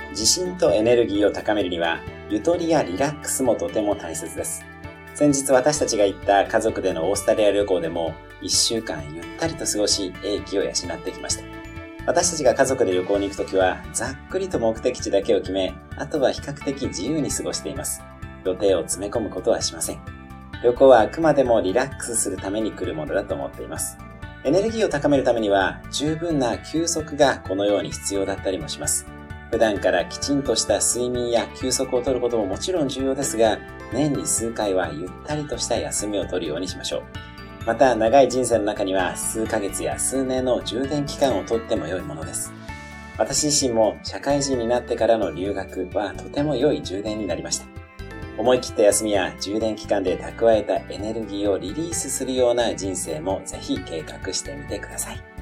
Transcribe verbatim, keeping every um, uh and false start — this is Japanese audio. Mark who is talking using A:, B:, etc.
A: 自信とエネルギーを高めるには、ゆとりやリラックスもとても大切です。先日私たちが行った家族でのオーストラリア旅行でも、いっしゅうかんゆったりと過ごし、英気を養ってきました。私たちが家族で旅行に行くときは、ざっくりと目的地だけを決め、あとは比較的自由に過ごしています。予定を詰め込むことはしません。旅行はあくまでもリラックスするために来るものだと思っています。エネルギーを高めるためには、十分な休息がこのように必要だったりもします。普段からきちんとした睡眠や休息をとることももちろん重要ですが、年に数回はゆったりとした休みを取るようにしましょう。また、長い人生の中には数ヶ月や数年の充電期間をとっても良いものです。私自身も社会人になってからの留学はとても良い充電になりました。思い切った休みや充電期間で蓄えたエネルギーをリリースするような人生もぜひ計画してみてください。